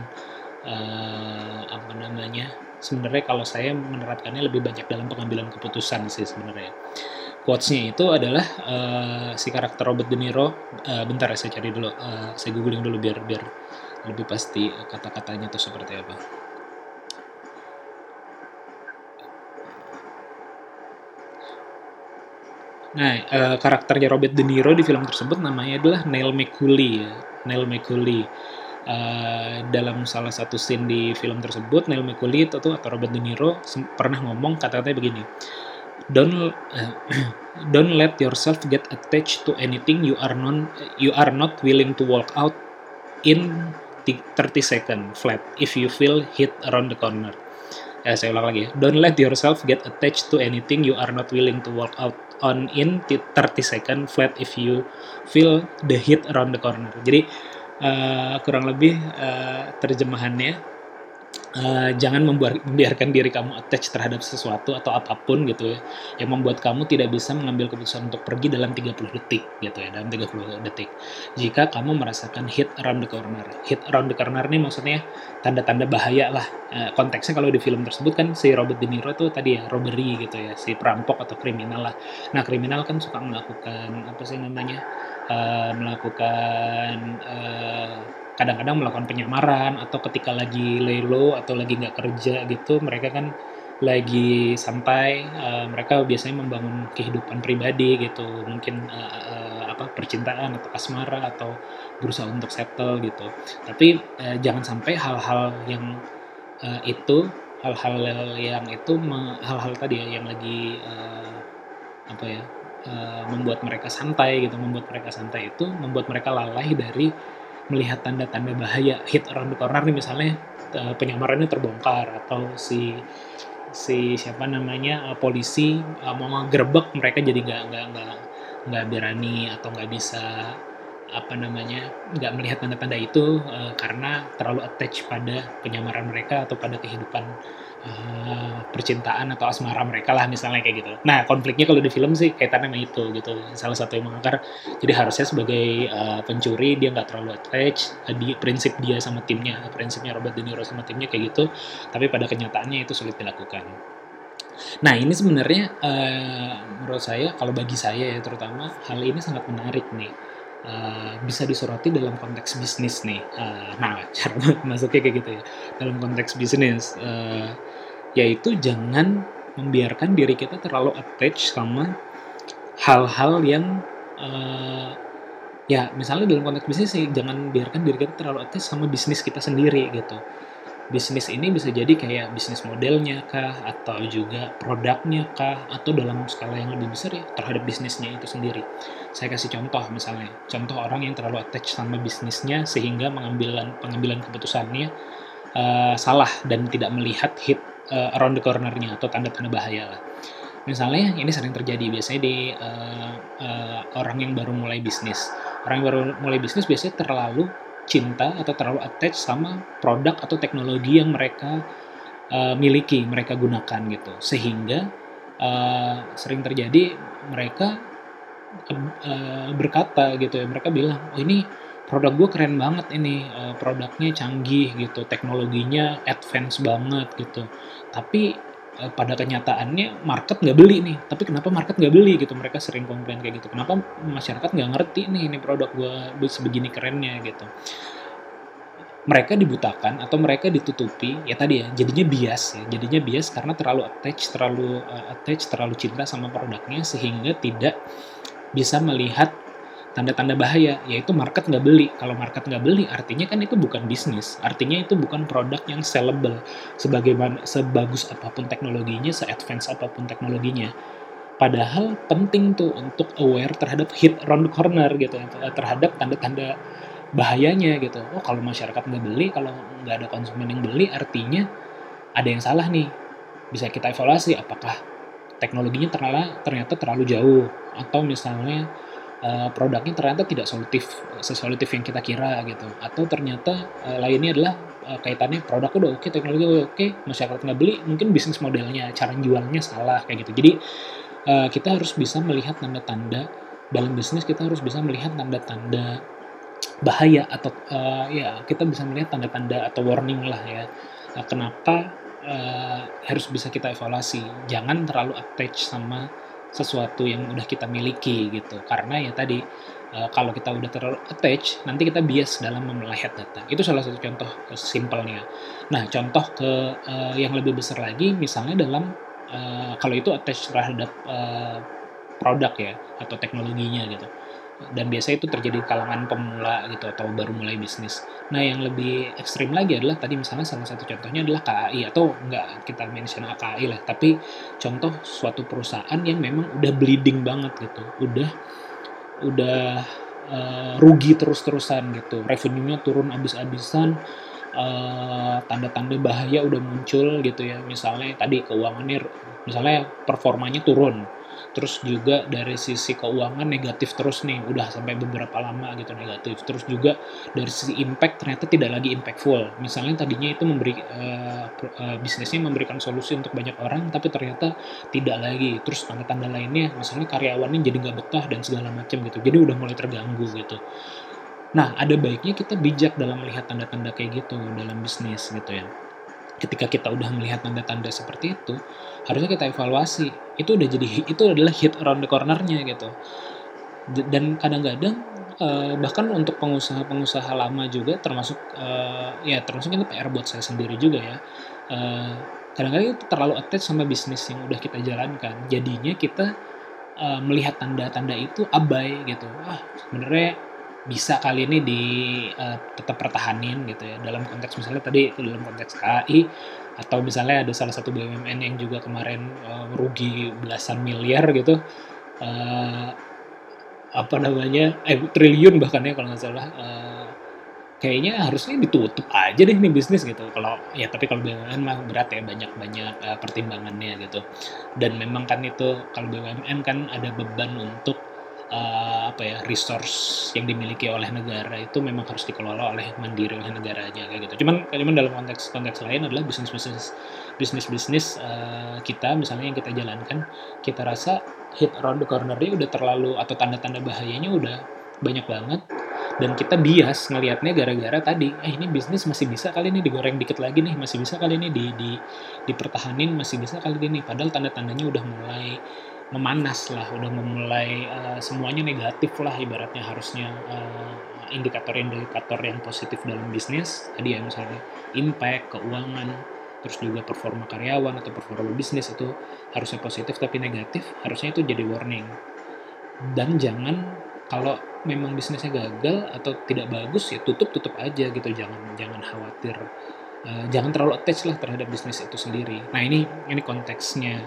uh, apa namanya, sebenarnya kalau saya menerapkannya lebih banyak dalam pengambilan keputusan sih sebenarnya. Quotes-nya itu adalah uh, si karakter Robert De Niro, uh, bentar ya saya cari dulu, uh, saya googling dulu biar biar lebih pasti kata-katanya itu seperti apa. Nah, uh, karakternya Robert De Niro di film tersebut namanya adalah Neil McCauley ya, Neil McCauley. Uh, dalam salah satu scene di film tersebut, Neil McCauley itu atau Robert De Niro pernah ngomong kata-katanya begini. Don't uh, don't let yourself get attached to anything you are non you are not willing to walk out in thirty seconds flat if you feel hit around the corner. Ya, saya ulang lagi ya. Don't let yourself get attached to anything you are not willing to walk out on in thirty seconds flat if you feel the hit around the corner. Jadi uh, kurang lebih uh, terjemahannya, Uh, jangan membuat, membiarkan diri kamu attach terhadap sesuatu atau apapun gitu ya, yang membuat kamu tidak bisa mengambil keputusan untuk pergi dalam tiga puluh detik gitu ya, dalam tiga puluh detik. Jika kamu merasakan hit around the corner. Hit around the corner ini maksudnya tanda-tanda bahaya lah. Uh, konteksnya kalau di film tersebut kan si Robert De Niro itu tadi ya robbery gitu ya, si perampok atau kriminal lah. Nah, kriminal kan suka melakukan apa sih namanya? Uh, melakukan uh, kadang-kadang melakukan penyamaran, atau ketika lagi lay low atau lagi nggak kerja gitu, mereka kan lagi santai, uh, mereka biasanya membangun kehidupan pribadi gitu, mungkin uh, uh, apa percintaan atau asmara, atau berusaha untuk settle gitu. Tapi uh, jangan sampai hal-hal yang uh, itu hal-hal yang itu me, hal-hal tadi ya yang lagi uh, apa ya uh, membuat mereka santai gitu, membuat mereka santai itu membuat mereka lalai dari melihat tanda-tanda bahaya. Hit around the corner nih misalnya uh, penyamarannya terbongkar, atau si si siapa namanya uh, polisi uh, mau ngegerebek mereka jadi nggak nggak nggak nggak berani atau nggak bisa apa namanya nggak melihat tanda-tanda itu uh, karena terlalu attach pada penyamaran mereka atau pada kehidupan uh, percintaan atau asmara mereka lah misalnya kayak gitu. Nah, konfliknya kalau di film sih kaitannya sama itu gitu, salah satu yang mengakar. Jadi harusnya sebagai uh, pencuri dia nggak terlalu attach, uh, di prinsip dia sama timnya, prinsipnya Robert De Niro sama timnya kayak gitu, tapi pada kenyataannya itu sulit dilakukan. Nah, ini sebenarnya uh, menurut saya, kalau bagi saya ya terutama, hal ini sangat menarik nih. Uh, bisa disoroti dalam konteks bisnis nih. Uh, nah, cara masuknya kayak gitu ya. Dalam konteks bisnis, uh, yaitu jangan membiarkan diri kita terlalu attach sama hal-hal yang uh, ya misalnya dalam konteks bisnis sih jangan biarkan diri kita terlalu attach sama bisnis kita sendiri gitu. Bisnis ini bisa jadi kayak bisnis modelnya kah, atau juga produknya kah, atau dalam skala yang lebih besar ya terhadap bisnisnya itu sendiri. Saya kasih contoh misalnya, contoh orang yang terlalu attach sama bisnisnya sehingga mengambilan pengambilan keputusannya uh, salah dan tidak melihat hit uh, around the corner-nya atau tanda-tanda bahaya lah. Misalnya ini sering terjadi biasanya di uh, uh, orang yang baru mulai bisnis. Orang yang baru mulai bisnis biasanya terlalu cinta atau terlalu attach sama produk atau teknologi yang mereka uh, miliki, mereka gunakan gitu. Sehingga uh, sering terjadi mereka uh, berkata gitu ya, mereka bilang, oh ini produk gue keren banget ini, uh, produknya canggih gitu, teknologinya advance banget gitu. Tapi pada kenyataannya market nggak beli nih. Tapi kenapa market nggak beli gitu? Mereka sering komplain kayak gitu. Kenapa masyarakat nggak ngerti nih ini produk gue sebegini kerennya gitu? Mereka dibutakan atau mereka ditutupi, ya tadi ya, jadinya bias ya. Jadinya bias karena terlalu attach, terlalu uh, attach, terlalu cinta sama produknya sehingga tidak bisa melihat tanda-tanda bahaya, yaitu market nggak beli. Kalau market nggak beli, artinya kan itu bukan bisnis. Artinya itu bukan produk yang sellable. Sebagaimana sebagus apapun teknologinya, se-advance apapun teknologinya. Padahal penting tuh untuk aware terhadap hit around the corner gitu, terhadap tanda-tanda bahayanya gitu. Oh kalau masyarakat nggak beli, kalau nggak ada konsumen yang beli, artinya ada yang salah nih. Bisa kita evaluasi apakah teknologinya ternyata, ternyata terlalu jauh, atau misalnya Uh, produknya ternyata tidak solutif, sesolutif yang kita kira gitu, atau ternyata uh, lainnya adalah uh, kaitannya produknya udah oke, teknologi udah oke, masyarakat nggak beli, mungkin bisnis modelnya, cara jualnya salah kayak gitu. Jadi uh, kita harus bisa melihat tanda-tanda dalam bisnis, kita harus bisa melihat tanda-tanda bahaya atau uh, ya kita bisa melihat tanda-tanda atau warning lah ya. Uh, kenapa uh, harus bisa kita evaluasi, jangan terlalu attach sama sesuatu yang udah kita miliki gitu, karena ya tadi uh, kalau kita udah terlalu attach nanti kita bias dalam melihat data. Itu salah satu contoh simpelnya. Nah contoh ke uh, yang lebih besar lagi misalnya dalam uh, kalau itu attach terhadap uh, produk ya atau teknologinya gitu, dan biasanya itu terjadi di kalangan pemula gitu atau baru mulai bisnis. Nah yang lebih ekstrim lagi adalah tadi misalnya salah satu contohnya adalah K A I, atau enggak kita mention K A I lah, tapi contoh suatu perusahaan yang memang udah bleeding banget gitu, udah udah uh, rugi terus-terusan gitu, revenue-nya turun abis-abisan, uh, tanda-tanda bahaya udah muncul gitu ya. Misalnya tadi keuangannya, misalnya performanya turun, terus juga dari sisi keuangan negatif terus nih, udah sampai beberapa lama gitu negatif. Terus juga dari sisi impact ternyata tidak lagi impactful. Misalnya tadinya itu memberi uh, uh, bisnisnya memberikan solusi untuk banyak orang, tapi ternyata tidak lagi. Terus tanda-tanda lainnya, misalnya karyawannya jadi nggak betah dan segala macam gitu. Jadi udah mulai terganggu gitu. Nah, ada baiknya kita bijak dalam melihat tanda-tanda kayak gitu dalam bisnis gitu ya. Ketika kita udah melihat tanda-tanda seperti itu, harusnya kita evaluasi. Itu udah jadi itu adalah hit around the corner-nya gitu. Dan kadang-kadang uh, bahkan untuk pengusaha-pengusaha lama juga termasuk uh, ya termasuk itu P R buat saya sendiri juga ya. Uh, kadang-kadang itu terlalu attach sama bisnis yang udah kita jalankan. Jadinya kita uh, melihat tanda-tanda itu abai gitu. Ah, sebenarnya bisa kali ini di uh, tetap pertahanin gitu ya, dalam konteks misalnya tadi dalam konteks K A I, atau misalnya ada salah satu B U M N yang juga kemarin uh, rugi belasan miliar gitu, uh, apa namanya eh triliun bahkan ya kalau nggak salah, uh, kayaknya harusnya ditutup aja deh nih bisnis gitu. Kalau ya tapi kalau B U M N mah berat ya, banyak-banyak uh, pertimbangannya gitu, dan memang kan itu kalau B U M N kan ada beban untuk Uh, apa ya resource yang dimiliki oleh negara itu memang harus dikelola oleh mandiri oleh negaranya kayak gitu. Cuman cuman dalam konteks konteks lain adalah bisnis bisnis bisnis bisnis uh, kita misalnya yang kita jalankan, kita rasa hit around the corner-nya udah terlalu atau tanda-tanda bahayanya udah banyak banget, dan kita bias ngelihatnya gara-gara tadi eh ini bisnis masih bisa kali ini digoreng dikit lagi nih, masih bisa kali ini di di dipertahanin, masih bisa kali ini, padahal tanda-tandanya udah mulai memanas lah, udah memulai uh, semuanya negatif lah ibaratnya. Harusnya uh, indikator-indikator yang positif dalam bisnis tadi ya, misalnya impact, keuangan, terus juga performa karyawan atau performa bisnis itu harusnya positif, tapi negatif harusnya itu jadi warning. Dan jangan kalau memang bisnisnya gagal atau tidak bagus ya tutup tutup aja gitu, jangan jangan khawatir. Uh, jangan terlalu attach lah terhadap bisnis itu sendiri. Nah ini ini konteksnya.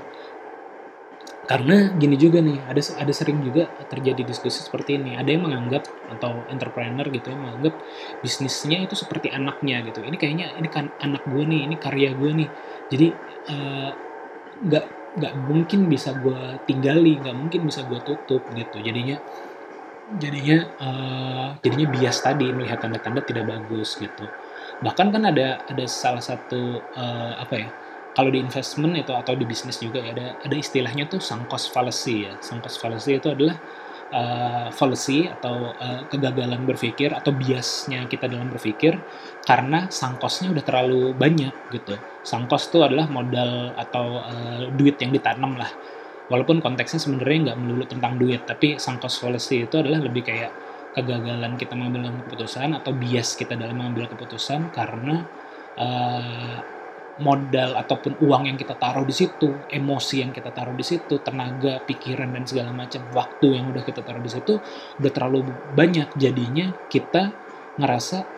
Karena gini juga nih, ada ada sering juga terjadi diskusi seperti ini. Ada yang menganggap atau entrepreneur gitu yang menganggap bisnisnya itu seperti anaknya gitu. Ini kayaknya ini kan anak gue nih, ini karya gue nih. Jadi uh, nggak nggak mungkin bisa gue tinggali, nggak mungkin bisa gue tutup gitu. Jadinya jadinya uh, jadinya bias tadi, melihat tanda-tanda tidak bagus gitu. Bahkan kan ada ada salah satu uh, apa ya, kalau di investment itu atau di bisnis juga ya, ada ada istilahnya tuh sunk cost fallacy ya. Sunk cost fallacy itu adalah uh, fallacy atau uh, kegagalan berpikir atau biasnya kita dalam berpikir karena sunk cost-nya udah terlalu banyak gitu. Sunk cost itu adalah modal atau uh, duit yang ditanam lah. Walaupun konteksnya sebenarnya nggak melulu tentang duit, tapi sunk cost fallacy itu adalah lebih kayak kegagalan kita mengambil keputusan atau bias kita dalam mengambil keputusan karena uh, modal ataupun uang yang kita taruh di situ, emosi yang kita taruh di situ, tenaga, pikiran dan segala macam, waktu yang udah kita taruh di situ udah terlalu banyak, jadinya kita ngerasa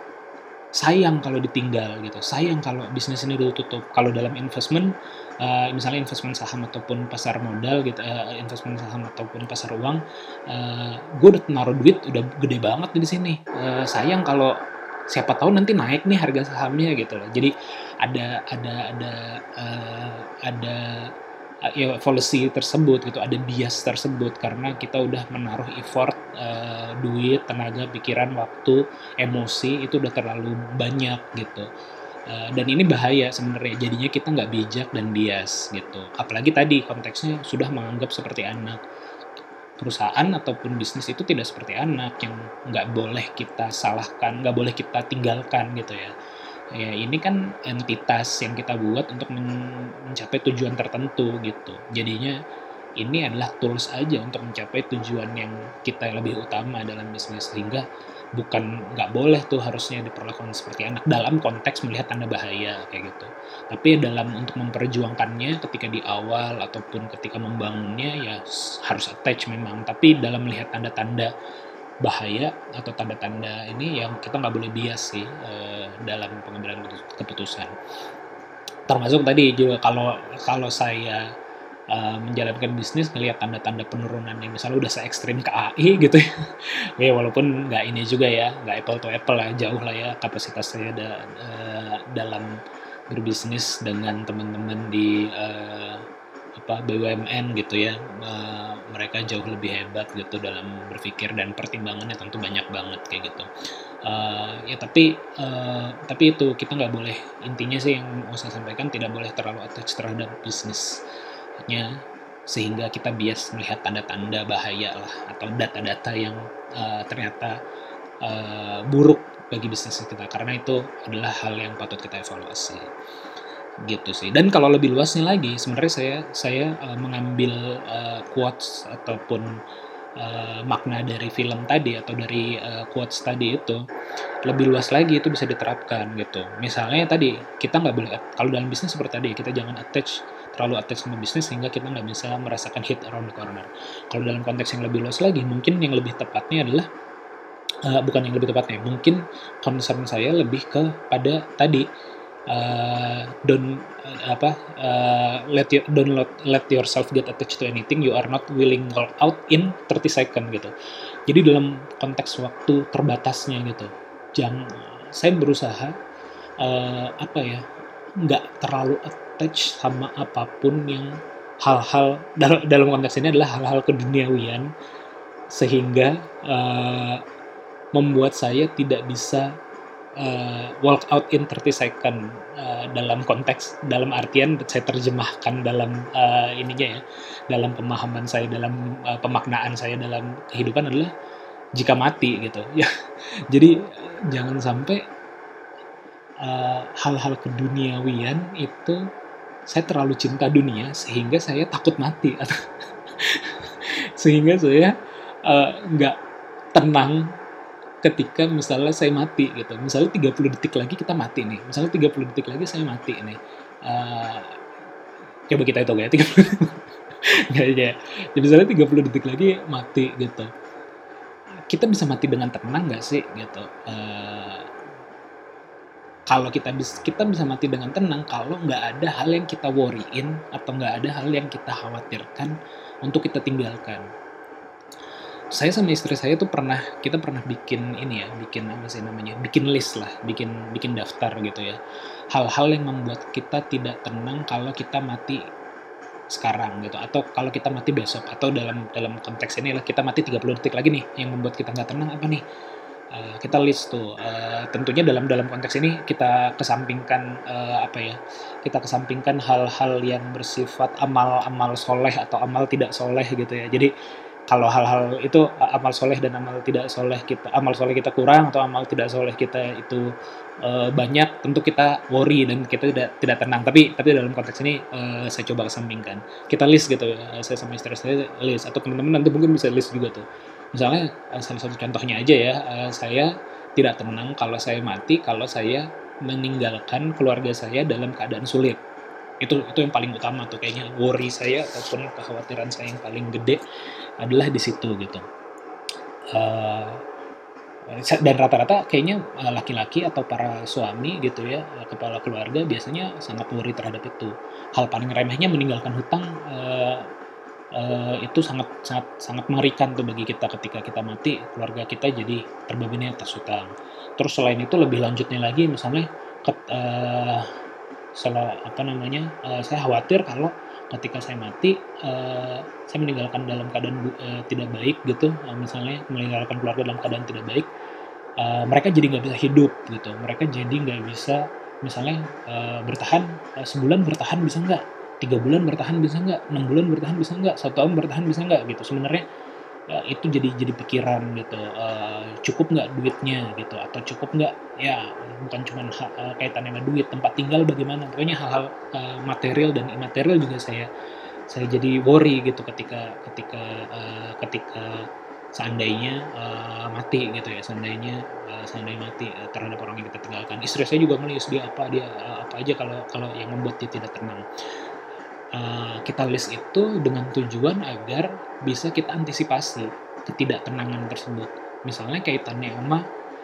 sayang kalau ditinggal gitu, sayang kalau bisnis ini ditutup. Kalau dalam investment, uh, misalnya investment saham ataupun pasar modal gitu, uh, investment saham ataupun pasar uang, uh, gue udah naruh duit udah gede banget di sini, uh, sayang kalau siapa tahu nanti naik nih harga sahamnya gitu loh. Jadi ada ada ada uh, ada uh, ya policy tersebut gitu, ada bias tersebut karena kita udah menaruh effort, uh, duit, tenaga, pikiran, waktu, emosi itu udah terlalu banyak gitu. Uh, dan ini bahaya sebenarnya, jadinya kita nggak bijak dan bias gitu. Apalagi tadi konteksnya sudah menganggap seperti anak. Perusahaan ataupun bisnis itu tidak seperti anak yang nggak boleh kita salahkan, nggak boleh kita tinggalkan gitu ya. Ya ini kan entitas yang kita buat untuk men- mencapai tujuan tertentu gitu. Jadinya ini adalah tools aja untuk mencapai tujuan yang kita yang lebih utama dalam bisnis, sehingga bukan nggak boleh tuh harusnya diperlakukan seperti anak dalam konteks melihat tanda bahaya kayak gitu. Tapi dalam untuk memperjuangkannya ketika di awal ataupun ketika membangunnya ya harus attach memang. Tapi dalam melihat tanda-tanda bahaya atau tanda-tanda ini yang kita nggak boleh bias sih eh, dalam pengambilan keputusan. Termasuk tadi juga kalau kalau saya uh, menjalankan bisnis ngelihat tanda-tanda penurunan yang misalnya udah se-ekstrim ke A I gitu ya. Ya walaupun nggak ini juga ya, nggak apple to apple lah, jauh lah ya kapasitas saya da, uh, dalam berbisnis dengan teman-teman di uh, apa B U M N gitu ya. Uh, mereka jauh lebih hebat gitu dalam berpikir dan pertimbangannya tentu banyak banget kayak gitu. Uh, ya tapi uh, tapi itu kita nggak boleh, intinya sih yang mau saya sampaikan, tidak boleh terlalu attach terhadap bisnisnya sehingga kita bias melihat tanda-tanda bahaya lah atau data-data yang uh, ternyata uh, buruk bagi bisnis kita, karena itu adalah hal yang patut kita evaluasi gitu sih. Dan kalau lebih luasnya lagi sebenarnya saya saya uh, mengambil uh, quotes ataupun Uh, makna dari film tadi atau dari uh, quotes tadi itu lebih luas lagi, itu bisa diterapkan gitu. Misalnya tadi kita nggak boleh, kalau dalam bisnis seperti tadi kita jangan attach terlalu attach sama bisnis sehingga kita nggak bisa merasakan hit around the corner. Kalau dalam konteks yang lebih luas lagi, mungkin yang lebih tepatnya adalah uh, bukan yang lebih tepatnya, mungkin concern saya lebih ke pada tadi uh, don't uh, apa uh, let you, don't let, let yourself get attached to anything you are not willing to out in thirty second gitu. Jadi dalam konteks waktu terbatasnya gitu, jangan, saya berusaha uh, apa ya nggak terlalu attach sama apapun yang hal-hal dalam, dalam konteks ini adalah hal-hal keduniawian sehingga uh, membuat saya tidak bisa Uh, walk out in thirty second uh, dalam konteks, dalam artian saya terjemahkan dalam uh, ininya ya, dalam pemahaman saya, dalam uh, pemaknaan saya dalam kehidupan adalah jika mati gitu ya. Jadi jangan sampai uh, hal-hal keduniawian itu saya terlalu cinta dunia sehingga saya takut mati atau sehingga saya nggak uh, tenang ketika misalnya saya mati gitu. Misalnya tiga puluh detik lagi kita mati nih. Misalnya tiga puluh detik lagi saya mati nih. Uh, coba kita hitung ya, tiga puluh. Enggak ya. Jadi misalnya tiga puluh detik lagi mati gitu. kita bisa mati dengan tenang nggak sih gitu. Uh, kalau kita bisa kita bisa mati dengan tenang kalau nggak ada hal yang kita worryin atau nggak ada hal yang kita khawatirkan untuk kita tinggalkan. Saya sama istri saya tuh pernah kita pernah bikin ini ya, bikin apa sih namanya, bikin list lah, bikin bikin daftar gitu ya. Hal-hal yang membuat kita tidak tenang kalau kita mati sekarang gitu, atau kalau kita mati besok, atau dalam dalam konteks ini lah kita mati tiga puluh detik lagi nih, yang membuat kita nggak tenang apa nih? Uh, kita list tuh, uh, tentunya dalam dalam konteks ini kita kesampingkan uh, apa ya, kita kesampingkan hal-hal yang bersifat amal-amal soleh atau amal tidak soleh gitu ya. Jadi kalau hal-hal itu amal soleh dan amal tidak soleh kita, amal soleh kita kurang atau amal tidak soleh kita itu uh, banyak, tentu kita worry dan kita tidak tidak tenang. Tapi tapi dalam konteks ini uh, saya coba kesampingkan. Kita list gitu ya, saya sama istri saya list, atau teman-teman nanti mungkin bisa list juga tuh. Misalnya salah satu contohnya aja ya, saya tidak tenang kalau saya mati, kalau saya meninggalkan keluarga saya dalam keadaan sulit. Itu itu yang paling utama tuh, kayaknya worry saya ataupun kekhawatiran saya yang paling gede adalah di situ gitu. Uh, dan rata-rata kayaknya laki-laki atau para suami gitu ya, kepala keluarga biasanya sangat worry terhadap itu. Hal paling remehnya meninggalkan hutang. Uh, Uh, itu sangat sangat sangat mengerikan tuh bagi kita ketika kita mati, keluarga kita jadi terbebani atas hutang. Terus selain itu lebih lanjutnya lagi, misalnya ket, uh, salah apa namanya, uh, saya khawatir kalau ketika saya mati, uh, saya meninggalkan dalam keadaan uh, tidak baik gitu, uh, misalnya meninggalkan keluarga dalam keadaan tidak baik, uh, mereka jadi nggak bisa hidup gitu, mereka jadi nggak bisa misalnya uh, bertahan uh, sebulan bertahan bisa nggak? Tiga bulan bertahan bisa nggak, enam bulan bertahan bisa nggak, satu tahun bertahan bisa nggak gitu. Sebenarnya ya, itu jadi jadi pikiran gitu, uh, cukup nggak duitnya gitu, atau cukup nggak ya, bukan cuma uh, kaitannya sama duit, tempat tinggal bagaimana, pokoknya hal-hal uh, material dan imaterial juga saya saya jadi worry gitu ketika ketika uh, ketika seandainya uh, mati gitu ya, seandainya uh, seandainya mati uh, terhadap orang yang kita tinggalkan. Istri saya juga ngelis dia apa dia uh, apa aja kalau kalau yang membuat dia tidak tenang. Uh, kita list itu dengan tujuan agar bisa kita antisipasi ketidaktenangan tersebut. Misalnya kaitannya sama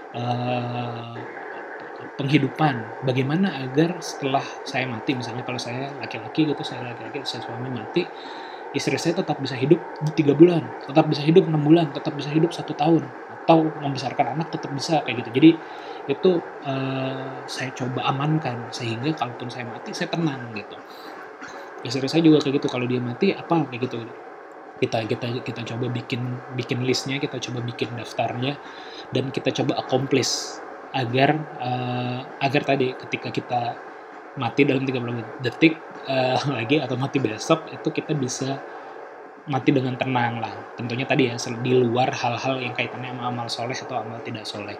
uh, penghidupan. Bagaimana agar setelah saya mati, misalnya kalau saya laki-laki gitu, saya laki-laki, saya suami mati, istri saya tetap bisa hidup tiga bulan, tetap bisa hidup enam bulan, tetap bisa hidup satu tahun, atau membesarkan anak tetap bisa kayak gitu. Jadi itu uh, saya coba amankan sehingga kalaupun saya mati saya tenang gitu. Istri saya juga kayak gitu, kalau dia mati apa kayak gitu, kita kita kita coba bikin bikin listnya, kita coba bikin daftarnya, dan kita coba accomplish agar uh, agar tadi ketika kita mati dalam tiga puluh detik uh, lagi atau mati besok itu kita bisa mati dengan tenang lah. Tentunya tadi ya di luar hal-hal yang kaitannya sama amal soleh atau amal tidak soleh.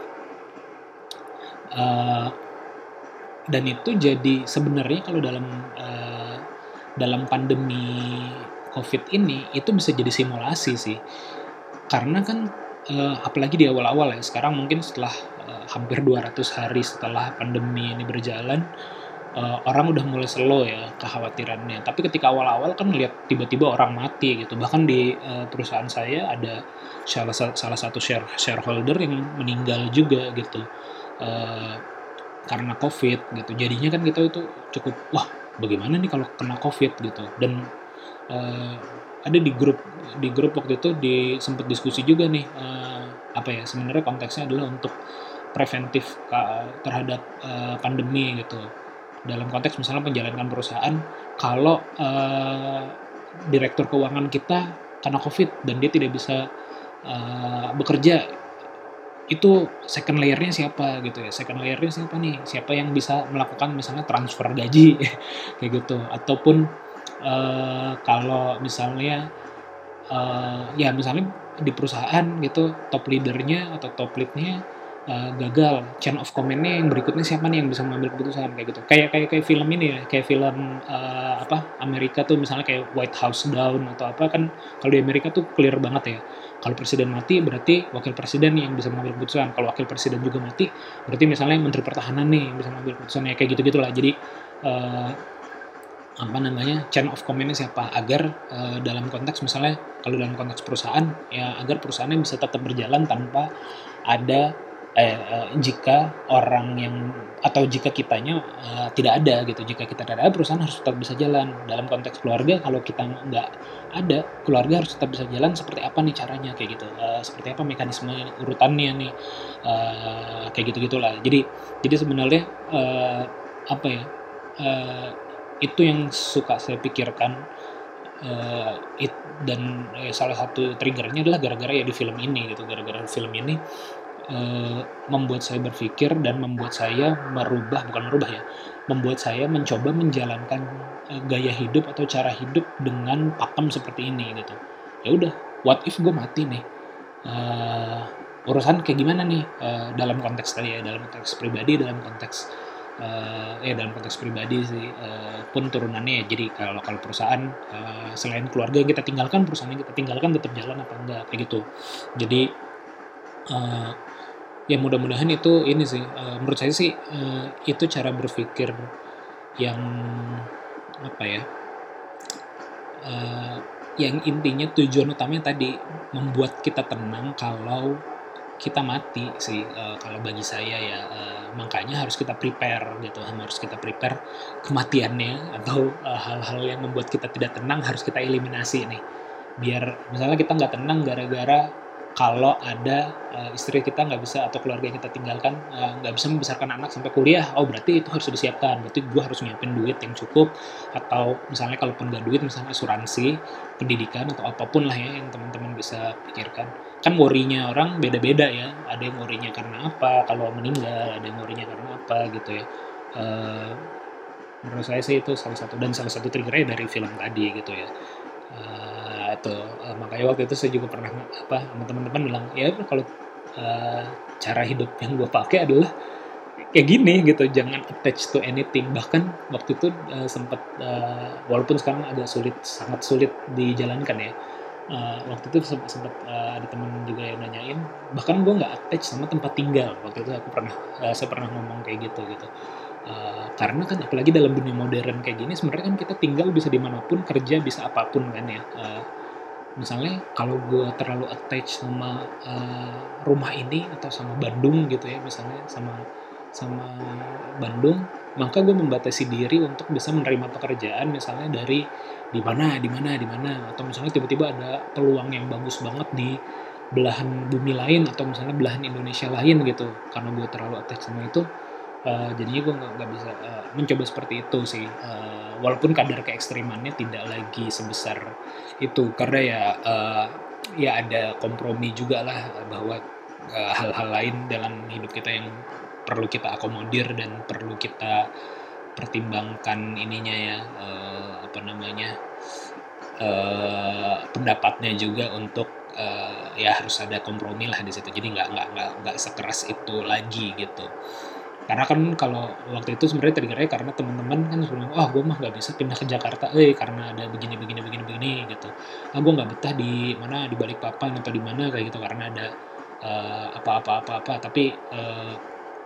Uh, dan itu jadi sebenarnya kalau dalam uh, dalam pandemi COVID ini itu bisa jadi simulasi sih, karena kan uh, apalagi di awal-awal ya, sekarang mungkin setelah uh, hampir dua ratus hari setelah pandemi ini berjalan, uh, orang udah mulai slow ya kekhawatirannya. Tapi ketika awal-awal kan lihat tiba-tiba orang mati gitu, bahkan di uh, perusahaan saya ada salah, salah satu share, shareholder yang meninggal juga gitu uh, karena COVID gitu. Jadinya kan kita itu cukup wah, bagaimana nih kalau kena COVID gitu. Dan uh, ada di grup di grup waktu itu di sempat diskusi juga nih, uh, apa ya, sebenarnya konteksnya adalah untuk preventif uh, terhadap uh, pandemi gitu. Dalam konteks misalnya menjalankan perusahaan, kalau uh, direktur keuangan kita kena COVID dan dia tidak bisa uh, bekerja, itu second layer-nya siapa gitu ya, second layer-nya siapa nih, siapa yang bisa melakukan misalnya transfer gaji kayak gitu, ataupun uh, kalau misalnya uh, ya misalnya di perusahaan gitu top leader-nya atau top lead-nya uh, gagal, chain of command-nya yang berikutnya siapa nih yang bisa mengambil keputusan kayak gitu, kayak kayak kayak film ini ya, kayak film uh, apa Amerika tuh misalnya kayak White House Down atau apa kan, kalau di Amerika tuh clear banget ya. Kalau presiden mati berarti wakil presiden yang bisa mengambil keputusan. Kalau wakil presiden juga mati berarti misalnya menteri pertahanan nih yang bisa mengambil keputusan, ya kayak gitu-gitulah. Jadi uh, apa namanya chain of command-nya siapa, agar uh, dalam konteks misalnya kalau dalam konteks perusahaan ya agar perusahaannya bisa tetap berjalan tanpa ada eh, uh, jika orang yang atau jika kitanya uh, tidak ada gitu, jika kita tidak ada perusahaan harus tetap bisa jalan. Dalam konteks keluarga kalau kita nggak ada, keluarga harus tetap bisa jalan. Seperti apa nih caranya kayak gitu, uh, seperti apa mekanisme urutannya nih, uh, kayak gitu gitulah. Jadi jadi sebenarnya uh, apa ya uh, itu yang suka saya pikirkan, uh, it, dan eh, salah satu triggernya adalah gara-gara ya di film ini gitu, gara-gara film ini uh, membuat saya berpikir dan membuat saya merubah, bukan merubah ya, membuat saya mencoba menjalankan uh, gaya hidup atau cara hidup dengan pakem seperti ini gitu. Ya udah, what if gue mati nih, uh, urusan kayak gimana nih, uh, dalam konteks tadi ya, dalam konteks pribadi, dalam konteks Uh, ya dalam konteks pribadi sih, uh, pun turunannya ya. Jadi kalau kalau perusahaan uh, selain keluarga yang kita tinggalkan, perusahaan yang kita tinggalkan tetap jalan apa enggak kayak gitu. Jadi uh, ya mudah-mudahan itu ini sih, uh, menurut saya sih uh, itu cara berpikir yang apa ya, uh, yang intinya tujuan utamanya tadi membuat kita tenang kalau kita mati sih, uh, kalau bagi saya ya, uh, makanya harus kita prepare gitu, harus kita prepare kematiannya atau uh, hal-hal yang membuat kita tidak tenang harus kita eliminasi nih, biar misalnya kita nggak tenang gara-gara kalau ada uh, istri kita nggak bisa atau keluarga yang kita tinggalkan uh, nggak bisa membesarkan anak sampai kuliah, oh berarti itu harus disiapkan, berarti gue harus nyiapin duit yang cukup, atau misalnya kalaupun nggak duit misalnya asuransi pendidikan atau apapun lah ya yang teman-teman bisa pikirkan. Kan worry-nya orang beda-beda ya, ada yang worry-nya karena apa kalau meninggal, ada yang worry-nya karena apa gitu ya. Uh, menurut saya sih itu salah satu, dan salah satu triggernya dari film tadi gitu ya. Uh, itu uh, makanya waktu itu saya juga pernah apa sama teman-teman bilang ya kalau uh, cara hidup yang gue pakai adalah kayak gini gitu, jangan attach to anything. Bahkan waktu itu uh, sempat uh, walaupun sekarang agak sulit, sangat sulit dijalankan ya. Uh, waktu itu sempat, sempat uh, ada teman juga yang nanyain, bahkan gue nggak attach sama tempat tinggal. Waktu itu aku pernah uh, saya pernah ngomong kayak gitu gitu. Uh, karena kan apalagi dalam dunia modern kayak gini sebenarnya kan kita tinggal bisa dimanapun, kerja bisa apapun kan ya. Uh, misalnya kalau gue terlalu attach sama uh, rumah ini atau sama Bandung gitu ya, misalnya sama sama Bandung, maka gue membatasi diri untuk bisa menerima pekerjaan misalnya dari di mana di mana di mana, atau misalnya tiba-tiba ada peluang yang bagus banget di belahan bumi lain atau misalnya belahan Indonesia lain gitu, karena gue terlalu attach sama itu. Uh, jadinya gue nggak bisa uh, mencoba seperti itu sih, uh, walaupun kadar keekstrimannya tidak lagi sebesar itu, karena ya uh, ya ada kompromi juga lah bahwa uh, hal-hal lain dalam hidup kita yang perlu kita akomodir dan perlu kita pertimbangkan ininya ya, uh, apa namanya uh, pendapatnya juga untuk uh, ya harus ada kompromi lah di situ. Jadi nggak nggak nggak nggak sekeras itu lagi gitu. Karena kan kalau waktu itu sebenarnya triggernya karena teman-teman kan sebenarnya, oh gue mah nggak bisa pindah ke Jakarta, eh karena ada begini begini begini begini gitu. Ah gue nggak betah di mana di Balikpapan atau di mana kayak gitu karena ada uh, apa-apa apa-apa. Tapi uh,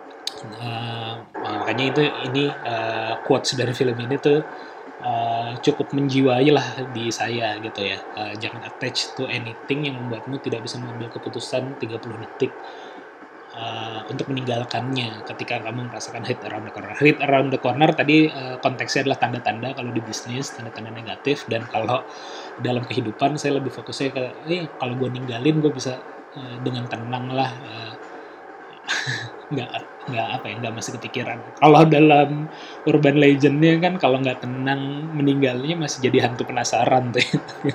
uh, makanya itu ini uh, quotes dari film ini tuh uh, cukup menjiwai lah di saya gitu ya. Uh, jangan attach to anything yang membuatmu tidak bisa mengambil keputusan tiga puluh detik Uh, untuk meninggalkannya ketika kamu merasakan hit around the corner. Hit around the corner tadi uh, konteksnya adalah tanda-tanda kalau di bisnis, tanda-tanda negatif, dan kalau dalam kehidupan saya lebih fokusnya ke, eh kalau gue ninggalin gue bisa uh, dengan tenang lah, uh, nggak nggak apa ya nggak masih kepikiran. Kalau dalam urban legendnya kan kalau nggak tenang meninggalnya masih jadi hantu penasaran tuh.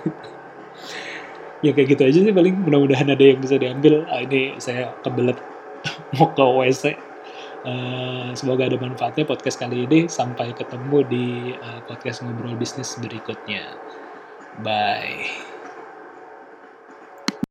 Ya kayak gitu aja sih paling, mudah-mudahan ada yang bisa diambil. Ah, ini saya kebelet mau ke W C. Uh, semoga ada manfaatnya podcast kali ini. Sampai ketemu di uh, podcast ngobrol bisnis berikutnya. Bye.